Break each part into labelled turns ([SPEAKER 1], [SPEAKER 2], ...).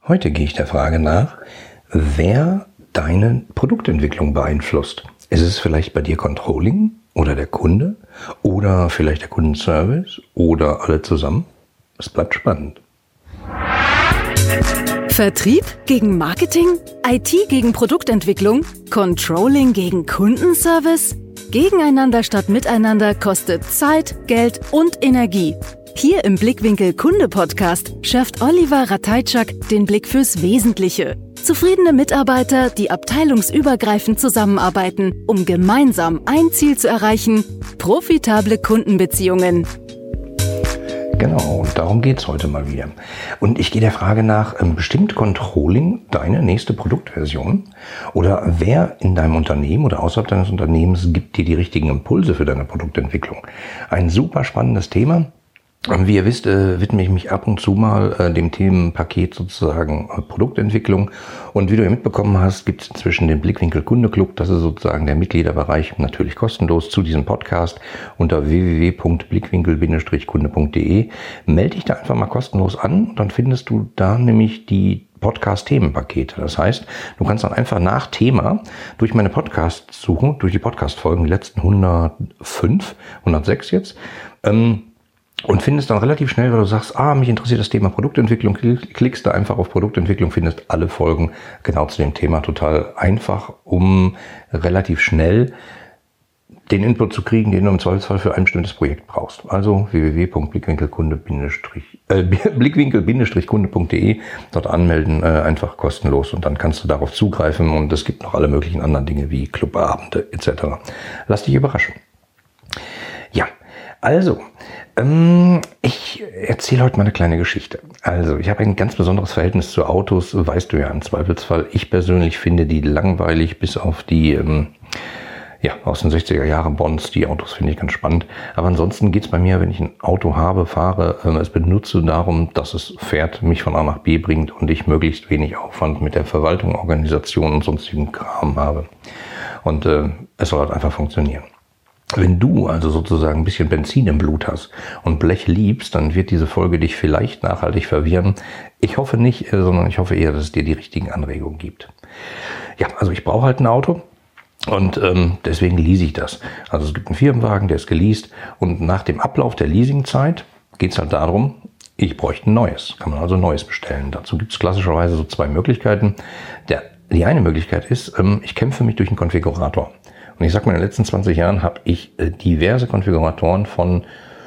[SPEAKER 1] Heute gehe ich der Frage nach, wer deine Produktentwicklung beeinflusst. Ist es vielleicht bei dir Controlling oder der Kunde oder vielleicht der Kundenservice oder alle zusammen? Es bleibt spannend.
[SPEAKER 2] Vertrieb gegen Marketing? IT gegen Produktentwicklung? Controlling gegen Kundenservice? Gegeneinander statt miteinander kostet Zeit, Geld und Energie. Hier im Blickwinkel Kunde Podcast schärft Oliver Ratajczak den Blick fürs Wesentliche. Zufriedene Mitarbeiter, die abteilungsübergreifend zusammenarbeiten, um gemeinsam ein Ziel zu erreichen: profitable Kundenbeziehungen.
[SPEAKER 1] Genau, und darum geht es heute mal wieder. Und ich gehe der Frage nach, bestimmt Controlling deine nächste Produktversion? Oder wer in deinem Unternehmen oder außerhalb deines Unternehmens gibt dir die richtigen Impulse für deine Produktentwicklung? Ein super spannendes Thema. Wie ihr wisst, widme ich mich ab und zu mal dem Themenpaket sozusagen Produktentwicklung. Und wie du ja mitbekommen hast, gibt es inzwischen den Blickwinkel Kunde Club. Das ist sozusagen der Mitgliederbereich, natürlich kostenlos zu diesem Podcast unter www.blickwinkel-kunde.de. Melde dich da einfach mal kostenlos an und dann findest du da nämlich die Podcast-Themenpakete. Das heißt, du kannst dann einfach nach Thema durch meine Podcasts suchen, durch die Podcast-Folgen, die letzten 106 jetzt, und findest dann relativ schnell, weil du sagst, mich interessiert das Thema Produktentwicklung, klickst da einfach auf Produktentwicklung, findest alle Folgen genau zu dem Thema total einfach, um relativ schnell den Input zu kriegen, den du im Zweifelsfall für ein bestimmtes Projekt brauchst. Also www.blickwinkel-kunde.de, dort anmelden, einfach kostenlos, und dann kannst du darauf zugreifen, und es gibt noch alle möglichen anderen Dinge wie Clubabende etc. Lass dich überraschen. Ja, also, ich erzähle heute mal eine kleine Geschichte. Also, ich habe ein ganz besonderes Verhältnis zu Autos, weißt du ja im Zweifelsfall. Ich persönlich finde die langweilig, bis auf die, aus den 60er Jahren Bonds. Die Autos finde ich ganz spannend. Aber ansonsten geht es bei mir, wenn ich ein Auto habe, fahre, es benutze darum, dass es fährt, mich von A nach B bringt und ich möglichst wenig Aufwand mit der Verwaltung, Organisation und sonstigen Kram habe. Und es soll halt einfach funktionieren. Wenn du also sozusagen ein bisschen Benzin im Blut hast und Blech liebst, dann wird diese Folge dich vielleicht nachhaltig verwirren. Ich hoffe nicht, sondern ich hoffe eher, dass es dir die richtigen Anregungen gibt. Ja, also ich brauche halt ein Auto und deswegen lease ich das. Also es gibt einen Firmenwagen, der ist geleast, und nach dem Ablauf der Leasingzeit geht es halt darum, ich bräuchte ein neues. Kann man also ein neues bestellen. Dazu gibt es klassischerweise so zwei Möglichkeiten. Die eine Möglichkeit ist, ich kämpfe mich durch einen Konfigurator. Und ich sag mal, in den letzten 20 Jahren habe ich diverse Konfiguratoren von,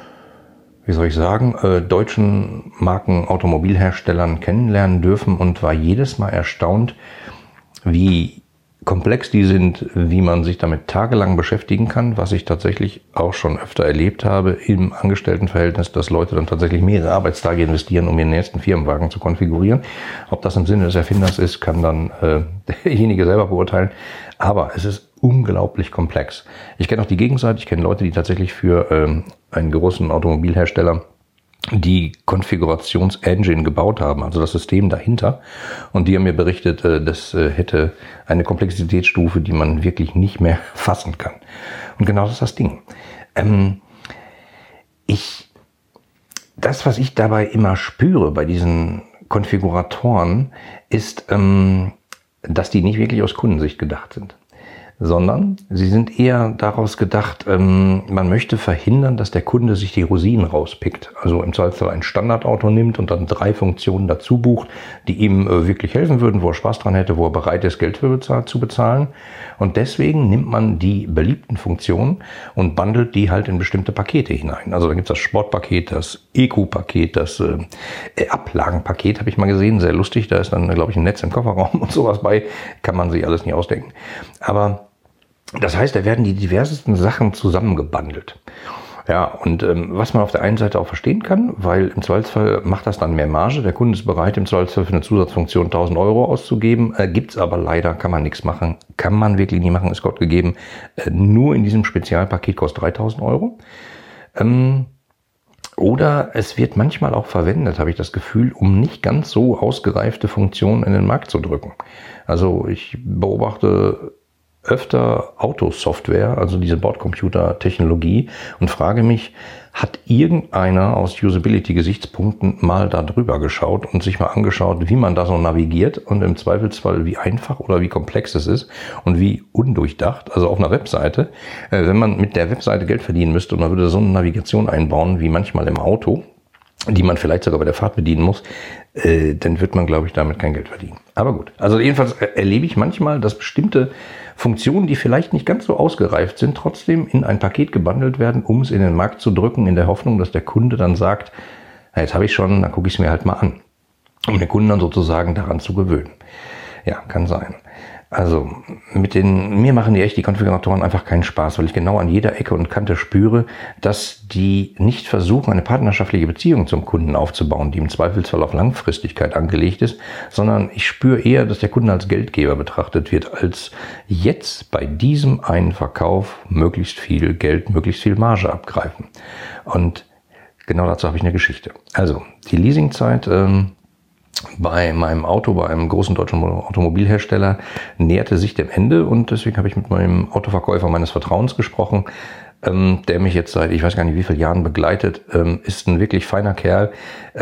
[SPEAKER 1] deutschen Marken, Automobilherstellern kennenlernen dürfen und war jedes Mal erstaunt, wie komplex die sind, wie man sich damit tagelang beschäftigen kann, was ich tatsächlich auch schon öfter erlebt habe im Angestelltenverhältnis, dass Leute dann tatsächlich mehrere Arbeitstage investieren, um ihren nächsten Firmenwagen zu konfigurieren. Ob das im Sinne des Erfinders ist, kann dann derjenige selber beurteilen. Aber es ist unglaublich komplex. Ich kenne auch die Gegenseite. Ich kenne Leute, die tatsächlich für einen großen Automobilhersteller die Konfigurations-Engine gebaut haben, also das System dahinter. Und die haben mir berichtet, das hätte eine Komplexitätsstufe, die man wirklich nicht mehr fassen kann. Und genau das ist das Ding. Das, was ich dabei immer spüre bei diesen Konfiguratoren, ist, dass die nicht wirklich aus Kundensicht gedacht sind, sondern sie sind eher daraus gedacht, man möchte verhindern, dass der Kunde sich die Rosinen rauspickt. Also im Zweifelsfall ein Standardauto nimmt und dann 3 Funktionen dazu bucht, die ihm wirklich helfen würden, wo er Spaß dran hätte, wo er bereit ist, Geld für zu bezahlen. Und deswegen nimmt man die beliebten Funktionen und bundelt die halt in bestimmte Pakete hinein. Also da gibt es das Sportpaket, das EQ-Paket, das Ablagenpaket, habe ich mal gesehen, sehr lustig. Da ist dann, glaube ich, ein Netz im Kofferraum und sowas bei. Kann man sich alles nicht ausdenken. Aber das heißt, da werden die diversesten Sachen zusammengebundelt. Ja, und was man auf der einen Seite auch verstehen kann, weil im Zweifelsfall macht das dann mehr Marge. Der Kunde ist bereit, im Zweifelsfall für eine Zusatzfunktion 1.000 Euro auszugeben. Gibt's aber leider, kann man nichts machen. Kann man wirklich nie machen, ist Gott gegeben. Nur in diesem Spezialpaket kostet 3.000 Euro. Oder es wird manchmal auch verwendet, habe ich das Gefühl, um nicht ganz so ausgereifte Funktionen in den Markt zu drücken. Also ich beobachte öfter Autosoftware, also diese Bordcomputer-Technologie, und frage mich, hat irgendeiner aus Usability-Gesichtspunkten mal da drüber geschaut und sich mal angeschaut, wie man da so navigiert und im Zweifelsfall, wie einfach oder wie komplex es ist und wie undurchdacht, also auf einer Webseite, wenn man mit der Webseite Geld verdienen müsste und man würde so eine Navigation einbauen, wie manchmal im Auto, die man vielleicht sogar bei der Fahrt bedienen muss, dann wird man, glaube ich, damit kein Geld verdienen. Aber gut, also jedenfalls erlebe ich manchmal, dass bestimmte Funktionen, die vielleicht nicht ganz so ausgereift sind, trotzdem in ein Paket gebundelt werden, um es in den Markt zu drücken, in der Hoffnung, dass der Kunde dann sagt, na, jetzt habe ich schon, dann gucke ich es mir halt mal an, um den Kunden dann sozusagen daran zu gewöhnen. Ja, kann sein. Also mir machen die Konfiguratoren einfach keinen Spaß, weil ich genau an jeder Ecke und Kante spüre, dass die nicht versuchen, eine partnerschaftliche Beziehung zum Kunden aufzubauen, die im Zweifelsfall auf Langfristigkeit angelegt ist, sondern ich spüre eher, dass der Kunde als Geldgeber betrachtet wird, als jetzt bei diesem einen Verkauf möglichst viel Geld, möglichst viel Marge abgreifen. Und genau dazu habe ich eine Geschichte. Also die Leasingzeit bei meinem Auto, bei einem großen deutschen Automobilhersteller, näherte sich dem Ende und deswegen habe ich mit meinem Autoverkäufer meines Vertrauens gesprochen, der mich jetzt seit ich weiß gar nicht wie vielen Jahren begleitet, ist ein wirklich feiner Kerl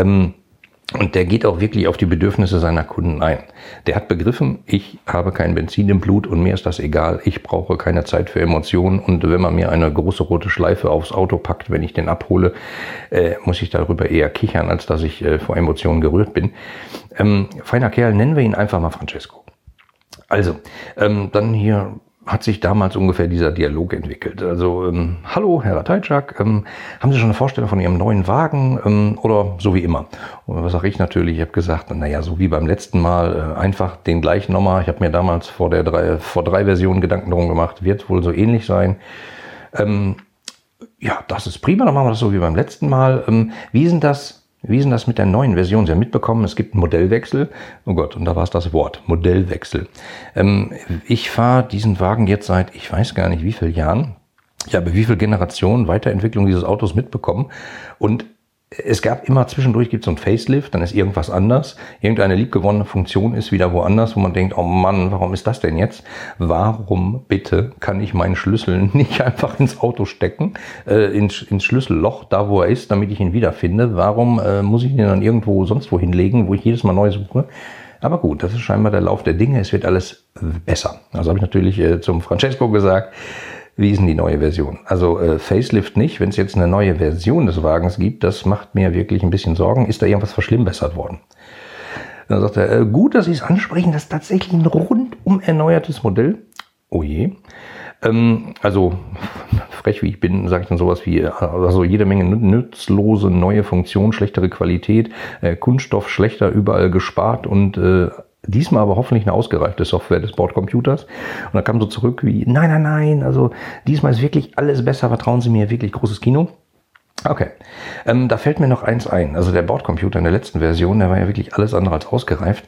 [SPEAKER 1] und der geht auch wirklich auf die Bedürfnisse seiner Kunden ein. Der hat begriffen, ich habe kein Benzin im Blut und mir ist das egal, ich brauche keine Zeit für Emotionen und wenn man mir eine große rote Schleife aufs Auto packt, wenn ich den abhole, muss ich darüber eher kichern, als dass ich vor Emotionen gerührt bin. Feiner Kerl, nennen wir ihn einfach mal Francesco. Also, dann hier hat sich damals ungefähr dieser Dialog entwickelt. Also, hallo, Herr Ratajczak, haben Sie schon eine Vorstellung von Ihrem neuen Wagen oder so wie immer? Und was sage ich natürlich? Ich habe gesagt, naja, so wie beim letzten Mal, einfach den gleichen nochmal. Ich habe mir damals vor drei Versionen Gedanken darum gemacht, wird wohl so ähnlich sein. Ja, das ist prima, dann machen wir das so wie beim letzten Mal. Wie ist denn das mit der neuen Version? Sie haben mitbekommen, es gibt einen Modellwechsel. Oh Gott, und da war es das Wort, Modellwechsel. Ich fahre diesen Wagen jetzt seit, ich weiß gar nicht wie vielen Jahren. Ich habe wie viele Generationen Weiterentwicklung dieses Autos mitbekommen. Und es gab immer zwischendurch gibt es so ein Facelift, dann ist irgendwas anders. Irgendeine liebgewonnene Funktion ist wieder woanders, wo man denkt, oh Mann, warum ist das denn jetzt? Warum bitte kann ich meinen Schlüssel nicht einfach ins Auto stecken, ins Schlüsselloch, da wo er ist, damit ich ihn wiederfinde? Warum muss ich ihn dann irgendwo sonst wo hinlegen, wo ich jedes Mal neu suche? Aber gut, das ist scheinbar der Lauf der Dinge, es wird alles besser. Also habe ich natürlich zum Francesco gesagt, wie ist denn die neue Version? Also Facelift nicht, wenn es jetzt eine neue Version des Wagens gibt, das macht mir wirklich ein bisschen Sorgen. Ist da irgendwas verschlimmbessert worden? Dann sagt er, gut, dass Sie es ansprechen, das ist tatsächlich ein rundum erneuertes Modell. Oh je. Also frech wie ich bin, sage ich dann sowas wie, also jede Menge nutzlose neue Funktionen, schlechtere Qualität, Kunststoff schlechter überall gespart und diesmal aber hoffentlich eine ausgereifte Software des Bordcomputers. Und da kam so zurück wie, nein, also diesmal ist wirklich alles besser, vertrauen Sie mir, wirklich großes Kino. Okay, da fällt mir noch eins ein. Also der Bordcomputer in der letzten Version, der war ja wirklich alles andere als ausgereift.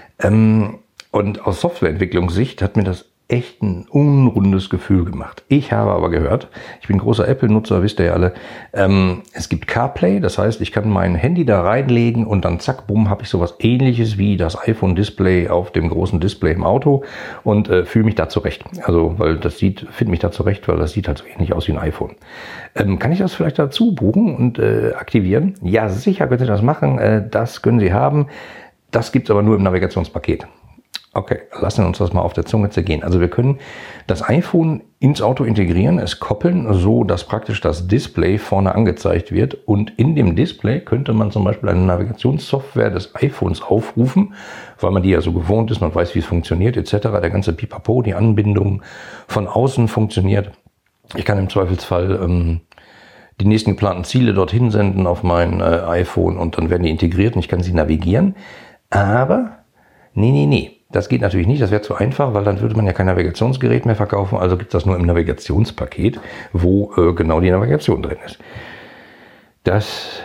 [SPEAKER 1] Und aus Softwareentwicklungssicht hat mir das echt ein unrundes Gefühl gemacht. Ich habe aber gehört, ich bin großer Apple-Nutzer, wisst ihr ja alle, es gibt CarPlay, das heißt, ich kann mein Handy da reinlegen und dann zack, bumm, habe ich sowas ähnliches wie das iPhone-Display auf dem großen Display im Auto und fühle mich da zurecht. Also, weil das finde mich da zurecht, weil das sieht halt so ähnlich aus wie ein iPhone. Kann ich das vielleicht dazu buchen und aktivieren? Ja, sicher können Sie das machen, das können Sie haben. Das gibt's aber nur im Navigationspaket. Okay, lassen wir uns das mal auf der Zunge zergehen. Also wir können das iPhone ins Auto integrieren, es koppeln, so dass praktisch das Display vorne angezeigt wird. Und in dem Display könnte man zum Beispiel eine Navigationssoftware des iPhones aufrufen, weil man die ja so gewohnt ist, man weiß, wie es funktioniert etc. Der ganze Pipapo, die Anbindung von außen funktioniert. Ich kann im Zweifelsfall die nächsten geplanten Ziele dorthin senden auf mein iPhone und dann werden die integriert und ich kann sie navigieren. Aber nee. Das geht natürlich nicht, das wäre zu einfach, weil dann würde man ja kein Navigationsgerät mehr verkaufen, also gibt es das nur im Navigationspaket, wo genau die Navigation drin ist. Das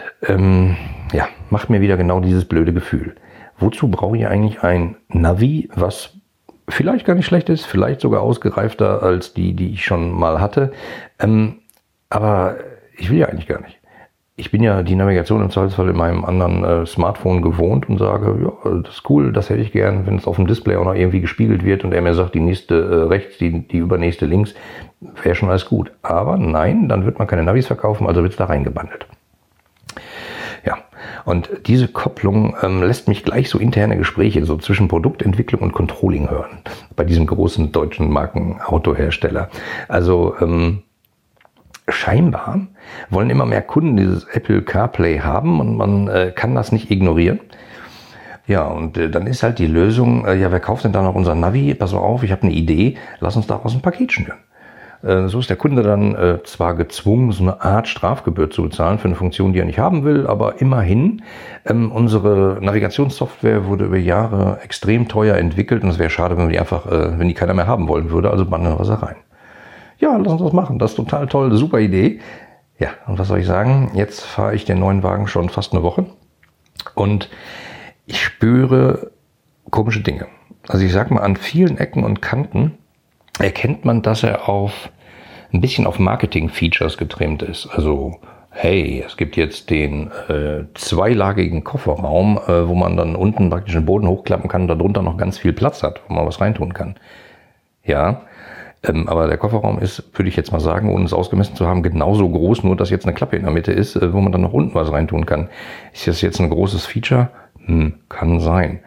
[SPEAKER 1] macht mir wieder genau dieses blöde Gefühl. Wozu brauche ich eigentlich ein Navi, was vielleicht gar nicht schlecht ist, vielleicht sogar ausgereifter als die ich schon mal hatte, aber ich will ja eigentlich gar nicht. ich bin ja die Navigation im Zweifelsfall in meinem anderen Smartphone gewohnt und sage, ja, das ist cool, das hätte ich gern, wenn es auf dem Display auch noch irgendwie gespiegelt wird und er mir sagt, die nächste rechts, die übernächste links, wäre schon alles gut. Aber nein, dann wird man keine Navis verkaufen, also wird es da reingebundelt. Ja, und diese Kopplung lässt mich gleich so interne Gespräche so zwischen Produktentwicklung und Controlling hören, bei diesem großen deutschen Markenautohersteller. Also scheinbar wollen immer mehr Kunden dieses Apple CarPlay haben und man kann das nicht ignorieren. Ja, und dann ist halt die Lösung, ja, wer kauft denn da noch unser Navi? Pass mal auf, ich habe eine Idee, lass uns daraus ein Paket schnüren. So ist der Kunde dann zwar gezwungen, so eine Art Strafgebühr zu bezahlen für eine Funktion, die er nicht haben will, aber immerhin, unsere Navigationssoftware wurde über Jahre extrem teuer entwickelt und es wäre schade, wenn wir die einfach, wenn die keiner mehr haben wollen würde, also bundeln wir sie rein. Ja, lass uns das machen, das ist total toll, super Idee. Ja, und was soll ich sagen, jetzt fahre ich den neuen Wagen schon fast eine Woche und ich spüre komische Dinge. Also ich sag mal, an vielen Ecken und Kanten erkennt man, dass er ein bisschen auf Marketing-Features getrimmt ist. Also, hey, es gibt jetzt den zweilagigen Kofferraum, wo man dann unten praktisch den Boden hochklappen kann und darunter noch ganz viel Platz hat, wo man was reintun kann. Ja, aber der Kofferraum ist, würde ich jetzt mal sagen, ohne es ausgemessen zu haben, genauso groß, nur dass jetzt eine Klappe in der Mitte ist, wo man dann noch unten was reintun kann. Ist das jetzt ein großes Feature? Kann sein.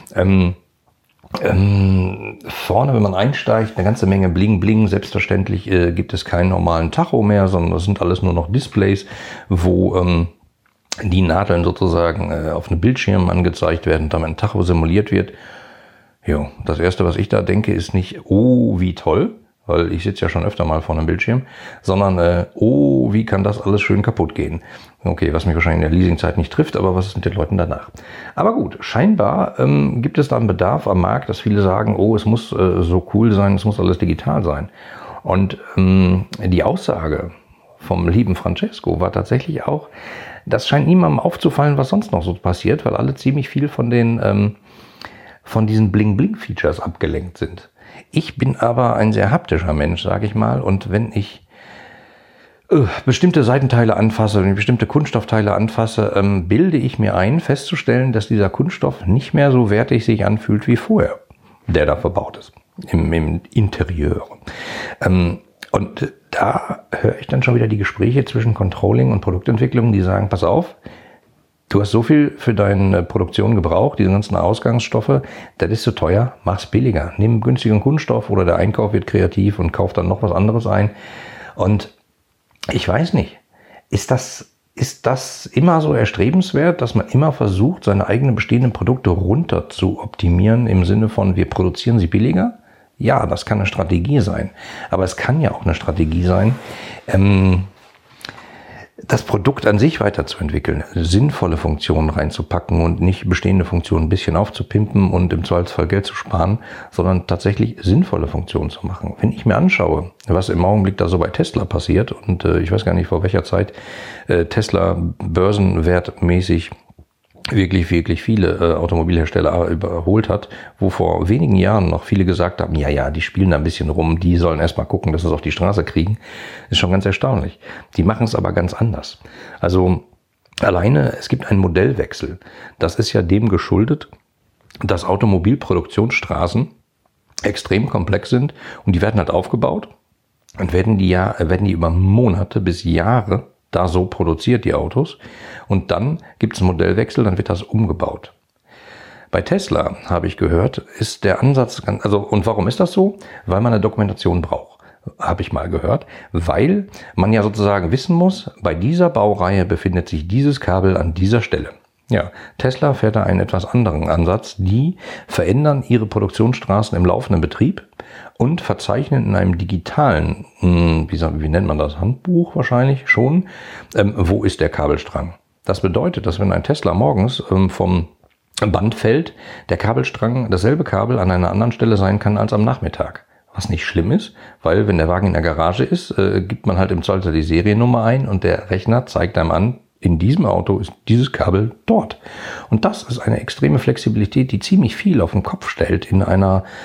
[SPEAKER 1] Vorne, wenn man einsteigt, eine ganze Menge Bling Bling. Selbstverständlich gibt es keinen normalen Tacho mehr, sondern das sind alles nur noch Displays, wo die Nadeln sozusagen auf einem Bildschirm angezeigt werden, damit ein Tacho simuliert wird. Jo, das erste, was ich da denke, ist nicht, oh, wie toll, weil ich sitze ja schon öfter mal vor einem Bildschirm, sondern, oh, wie kann das alles schön kaputt gehen. Okay, was mich wahrscheinlich in der Leasingzeit nicht trifft, aber was ist mit den Leuten danach? Aber gut, scheinbar gibt es da einen Bedarf am Markt, dass viele sagen, oh, es muss so cool sein, es muss alles digital sein. Und die Aussage vom lieben Francesco war tatsächlich auch, das scheint niemandem aufzufallen, was sonst noch so passiert, weil alle ziemlich viel von diesen Bling-Bling-Features abgelenkt sind. Ich bin aber ein sehr haptischer Mensch, sage ich mal, und wenn ich bestimmte Seitenteile anfasse, wenn ich bestimmte Kunststoffteile anfasse, bilde ich mir ein, festzustellen, dass dieser Kunststoff nicht mehr so wertig sich anfühlt wie vorher, der da verbaut ist, im Interieur. Und da höre ich dann schon wieder die Gespräche zwischen Controlling und Produktentwicklung, die sagen, pass auf, du hast so viel für deine Produktion gebraucht, diese ganzen Ausgangsstoffe, das ist zu teuer, mach's billiger. Nimm einen günstigen Kunststoff oder der Einkauf wird kreativ und kauft dann noch was anderes ein. Und ich weiß nicht, ist das immer so erstrebenswert, dass man immer versucht, seine eigenen bestehenden Produkte runter zu optimieren im Sinne von, wir produzieren sie billiger? Ja, das kann eine Strategie sein. Aber es kann ja auch eine Strategie sein, das Produkt an sich weiterzuentwickeln, sinnvolle Funktionen reinzupacken und nicht bestehende Funktionen ein bisschen aufzupimpen und im Zweifelsfall Geld zu sparen, sondern tatsächlich sinnvolle Funktionen zu machen. Wenn ich mir anschaue, was im Augenblick da so bei Tesla passiert und ich weiß gar nicht, vor welcher Zeit Tesla börsenwertmäßig wirklich viele Automobilhersteller überholt hat, wo vor wenigen Jahren noch viele gesagt haben, ja, die spielen da ein bisschen rum, die sollen erstmal gucken, dass sie es auf die Straße kriegen, ist schon ganz erstaunlich. Die machen es aber ganz anders. Also alleine, es gibt einen Modellwechsel. Das ist ja dem geschuldet, dass Automobilproduktionsstraßen extrem komplex sind und die werden halt aufgebaut und werden die über Monate bis Jahre da so produziert, die Autos. Und dann gibt es einen Modellwechsel, dann wird das umgebaut. Bei Tesla, habe ich gehört, ist der Ansatz, und warum ist das so? Weil man eine Dokumentation braucht, habe ich mal gehört. Weil man ja sozusagen wissen muss, bei dieser Baureihe befindet sich dieses Kabel an dieser Stelle. Ja, Tesla fährt da einen etwas anderen Ansatz. Die verändern ihre Produktionsstraßen im laufenden Betrieb und verzeichnen in einem digitalen, wie nennt man das, Handbuch wahrscheinlich schon, wo ist der Kabelstrang. Das bedeutet, dass wenn ein Tesla morgens vom Band fällt, der Kabelstrang dasselbe Kabel an einer anderen Stelle sein kann als am Nachmittag. Was nicht schlimm ist, weil wenn der Wagen in der Garage ist, gibt man halt im Zweifelsfall die Seriennummer ein und der Rechner zeigt einem an, in diesem Auto ist dieses Kabel dort. Und das ist eine extreme Flexibilität, die ziemlich viel auf den Kopf stellt in einer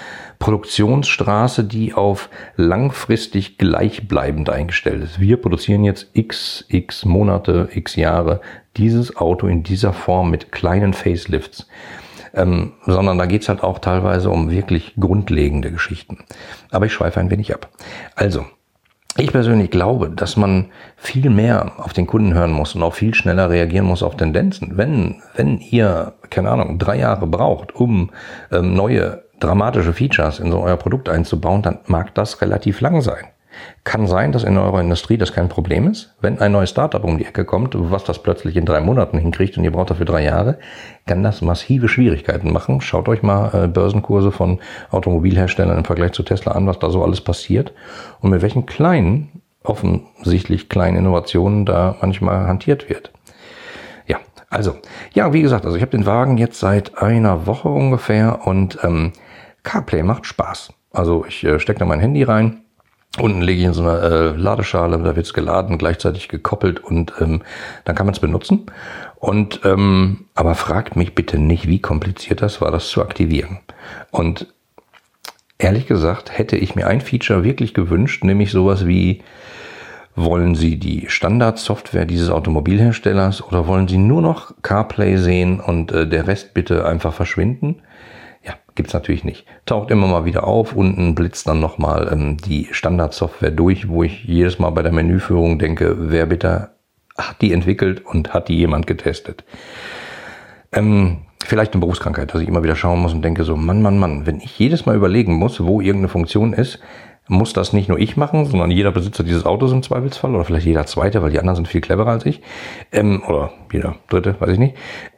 [SPEAKER 1] Produktionsstraße, die auf langfristig gleichbleibend eingestellt ist. Wir produzieren jetzt x Monate, x Jahre dieses Auto in dieser Form mit kleinen Facelifts. Sondern da geht's halt auch teilweise um wirklich grundlegende Geschichten. Aber ich schweife ein wenig ab. Also, ich persönlich glaube, dass man viel mehr auf den Kunden hören muss und auch viel schneller reagieren muss auf Tendenzen. Wenn ihr, keine Ahnung, 3 Jahre braucht, um neue dramatische Features in so euer Produkt einzubauen, dann mag das relativ lang sein. Kann sein, dass in eurer Industrie das kein Problem ist. Wenn ein neues Startup um die Ecke kommt, was das plötzlich in 3 Monaten hinkriegt und ihr braucht dafür 3 Jahre, kann das massive Schwierigkeiten machen. Schaut euch mal Börsenkurse von Automobilherstellern im Vergleich zu Tesla an, was da so alles passiert und mit welchen kleinen, offensichtlich kleinen Innovationen da manchmal hantiert wird. Ja, also, ja, wie gesagt, also ich habe den Wagen jetzt seit einer Woche ungefähr und CarPlay macht Spaß. Also ich stecke da mein Handy rein. Unten lege ich in so eine Ladeschale, da wird's geladen, gleichzeitig gekoppelt und dann kann man es benutzen. Und aber fragt mich bitte nicht, wie kompliziert das war, das zu aktivieren. Und ehrlich gesagt hätte ich mir ein Feature wirklich gewünscht, nämlich sowas wie: Wollen Sie die Standardsoftware dieses Automobilherstellers oder wollen Sie nur noch CarPlay sehen und der Rest bitte einfach verschwinden? Ja, gibt's natürlich nicht. Taucht immer mal wieder auf, unten blitzt dann nochmal die Standardsoftware durch, wo ich jedes Mal bei der Menüführung denke, wer bitte hat die entwickelt und hat die jemand getestet? Vielleicht eine Berufskrankheit, dass ich immer wieder schauen muss und denke so, Mann, wenn ich jedes Mal überlegen muss, wo irgendeine Funktion ist, muss das nicht nur ich machen, sondern jeder Besitzer dieses Autos im Zweifelsfall oder vielleicht jeder Zweite, weil die anderen sind viel cleverer als ich, oder jeder Dritte, weiß ich nicht.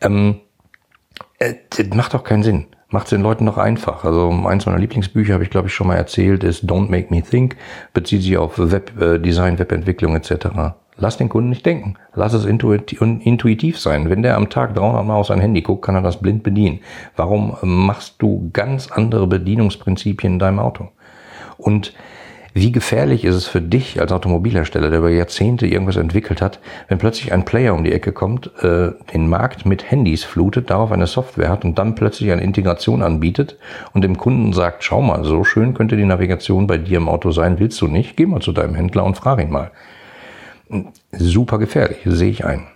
[SPEAKER 1] Das macht doch keinen Sinn. Macht es den Leuten doch einfach. Also eins meiner Lieblingsbücher, habe ich glaube ich schon mal erzählt, ist Don't Make Me Think, bezieht sich auf Webdesign, Webentwicklung etc. Lass den Kunden nicht denken. Lass es intuitiv sein. Wenn der am Tag 300 Mal auf sein Handy guckt, kann er das blind bedienen. Warum machst du ganz andere Bedienungsprinzipien in deinem Auto? Und wie gefährlich ist es für dich als Automobilhersteller, der über Jahrzehnte irgendwas entwickelt hat, wenn plötzlich ein Player um die Ecke kommt, den Markt mit Handys flutet, darauf eine Software hat und dann plötzlich eine Integration anbietet und dem Kunden sagt, schau mal, so schön könnte die Navigation bei dir im Auto sein, willst du nicht? Geh mal zu deinem Händler und frag ihn mal. Super gefährlich, sehe ich ein.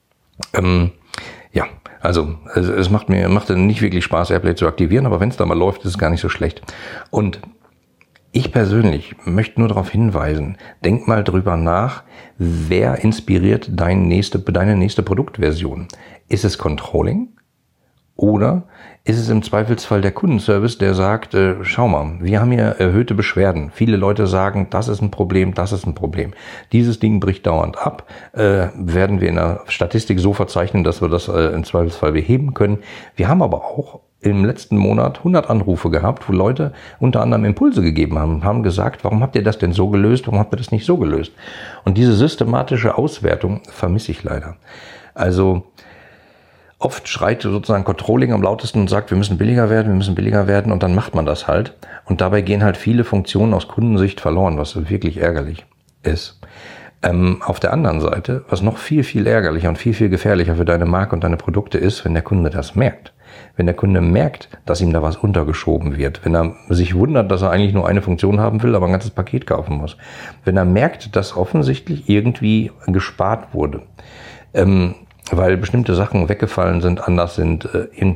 [SPEAKER 1] Ja, also es macht nicht wirklich Spaß, AirPlay zu aktivieren, aber wenn es da mal läuft, ist es gar nicht so schlecht. Und ich persönlich möchte nur darauf hinweisen, denk mal drüber nach, wer inspiriert deine nächste Produktversion? Ist es Controlling? Oder ist es im Zweifelsfall der Kundenservice, der sagt, schau mal, wir haben hier erhöhte Beschwerden. Viele Leute sagen, das ist ein Problem, das ist ein Problem. Dieses Ding bricht dauernd ab. Werden wir in der Statistik so verzeichnen, dass wir das im Zweifelsfall beheben können. Wir haben aber auch im letzten Monat 100 Anrufe gehabt, wo Leute unter anderem Impulse gegeben haben gesagt, warum habt ihr das denn so gelöst, warum habt ihr das nicht so gelöst? Und diese systematische Auswertung vermisse ich leider. Also oft schreit sozusagen Controlling am lautesten und sagt, wir müssen billiger werden und dann macht man das halt. Und dabei gehen halt viele Funktionen aus Kundensicht verloren, was wirklich ärgerlich ist. Auf der anderen Seite, was noch viel, viel ärgerlicher und viel, viel gefährlicher für deine Marke und deine Produkte ist, wenn der Kunde das merkt. Wenn der Kunde merkt, dass ihm da was untergeschoben wird, wenn er sich wundert, dass er eigentlich nur eine Funktion haben will, aber ein ganzes Paket kaufen muss, wenn er merkt, dass offensichtlich irgendwie gespart wurde, weil bestimmte Sachen weggefallen sind, anders sind,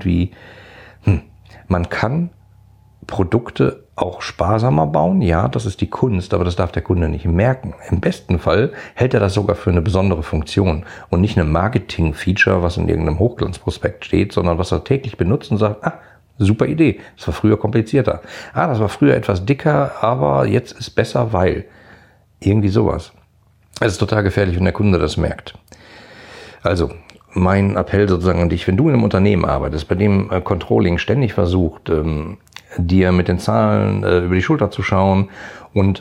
[SPEAKER 1] man kann Produkte auch sparsamer bauen, ja, das ist die Kunst, aber das darf der Kunde nicht merken. Im besten Fall hält er das sogar für eine besondere Funktion und nicht eine Marketing-Feature, was in irgendeinem Hochglanzprospekt steht, sondern was er täglich benutzt und sagt, super Idee, das war früher komplizierter. Das war früher etwas dicker, aber jetzt ist besser, weil. Irgendwie sowas. Es ist total gefährlich, wenn der Kunde das merkt. Also, mein Appell sozusagen an dich, wenn du in einem Unternehmen arbeitest, bei dem Controlling ständig versucht, dir mit den Zahlen über die Schulter zu schauen und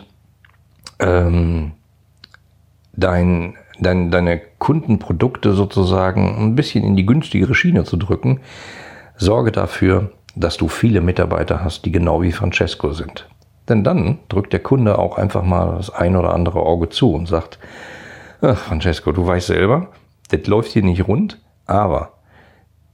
[SPEAKER 1] deine Kundenprodukte sozusagen ein bisschen in die günstigere Schiene zu drücken, sorge dafür, dass du viele Mitarbeiter hast, die genau wie Francesco sind. Denn dann drückt der Kunde auch einfach mal das ein oder andere Auge zu und sagt, Francesco, du weißt selber, das läuft hier nicht rund, aber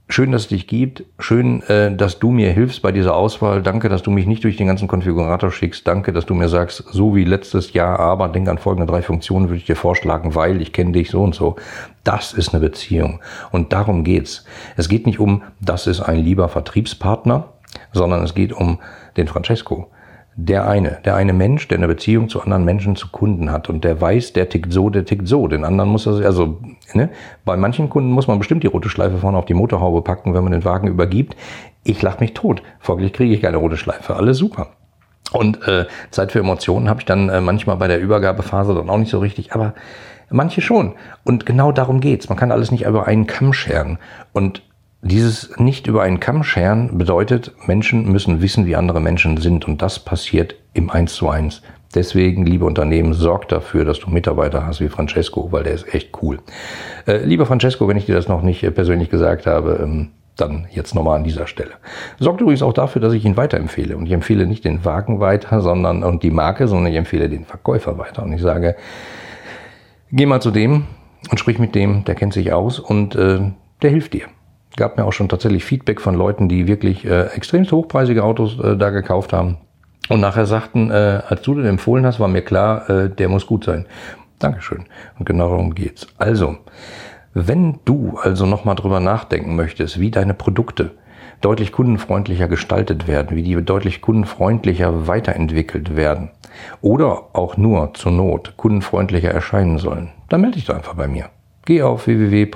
[SPEAKER 1] schön, dass es dich gibt. Schön, dass du mir hilfst bei dieser Auswahl. Danke, dass du mich nicht durch den ganzen Konfigurator schickst. Danke, dass du mir sagst, so wie letztes Jahr, aber denk an folgende 3 Funktionen, würde ich dir vorschlagen, weil ich kenne dich so und so. Das ist eine Beziehung. Und darum geht's. Es geht nicht um, das ist ein lieber Vertriebspartner, sondern es geht um den Francesco. Der eine Mensch, der eine Beziehung zu anderen Menschen, zu Kunden hat und der weiß, der tickt so. Den anderen muss das, bei manchen Kunden muss man bestimmt die rote Schleife vorne auf die Motorhaube packen, wenn man den Wagen übergibt. Ich lach mich tot. Folglich kriege ich keine rote Schleife. Alles super. Und Zeit für Emotionen habe ich dann manchmal bei der Übergabephase dann auch nicht so richtig, aber manche schon. Und genau darum geht's. Man kann alles nicht über einen Kamm scheren. Und dieses nicht über einen Kamm scheren bedeutet, Menschen müssen wissen, wie andere Menschen sind. Und das passiert im 1:1. Deswegen, liebe Unternehmen, sorgt dafür, dass du Mitarbeiter hast wie Francesco, weil der ist echt cool. Lieber Francesco, wenn ich dir das noch nicht persönlich gesagt habe, dann jetzt nochmal an dieser Stelle. Sorgt übrigens auch dafür, dass ich ihn weiterempfehle. Und ich empfehle nicht den Wagen weiter, und die Marke, sondern ich empfehle den Verkäufer weiter. Und ich sage, geh mal zu dem und sprich mit dem, der kennt sich aus und der hilft dir. Gab mir auch schon tatsächlich Feedback von Leuten, die wirklich extremst hochpreisige Autos da gekauft haben und nachher sagten, als du den empfohlen hast, war mir klar, der muss gut sein. Dankeschön. Und genau darum geht's. Also, wenn du also nochmal drüber nachdenken möchtest, wie deine Produkte deutlich kundenfreundlicher gestaltet werden, wie die deutlich kundenfreundlicher weiterentwickelt werden oder auch nur zur Not kundenfreundlicher erscheinen sollen, dann melde dich doch einfach bei mir. Geh auf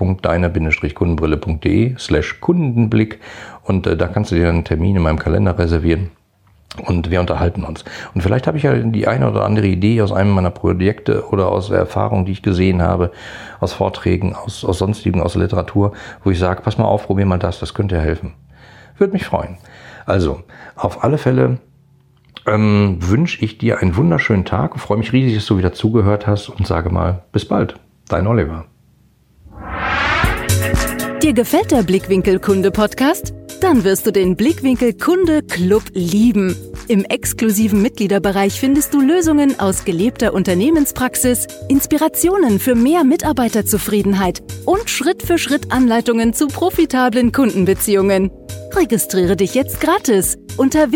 [SPEAKER 1] www.deine-kundenbrille.de/Kundenblick und da kannst du dir einen Termin in meinem Kalender reservieren und wir unterhalten uns. Und vielleicht habe ich ja die eine oder andere Idee aus einem meiner Projekte oder aus der Erfahrung, die ich gesehen habe, aus Vorträgen, aus sonstigen, aus der Literatur, wo ich sage, pass mal auf, probier mal das könnte ja helfen. Würde mich freuen. Also, auf alle Fälle wünsche ich dir einen wunderschönen Tag, freue mich riesig, dass du wieder zugehört hast und sage mal, bis bald. Dein Oliver.
[SPEAKER 2] Dir gefällt der Blickwinkel-Kunde-Podcast? Dann wirst du den Blickwinkel-Kunde-Club lieben. Im exklusiven Mitgliederbereich findest du Lösungen aus gelebter Unternehmenspraxis, Inspirationen für mehr Mitarbeiterzufriedenheit und Schritt-für-Schritt Anleitungen zu profitablen Kundenbeziehungen. Registriere dich jetzt gratis unter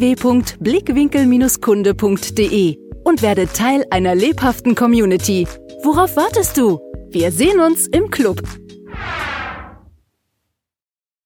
[SPEAKER 2] www.blickwinkel-kunde.de und werde Teil einer lebhaften Community. Worauf wartest du? Wir sehen uns im Club.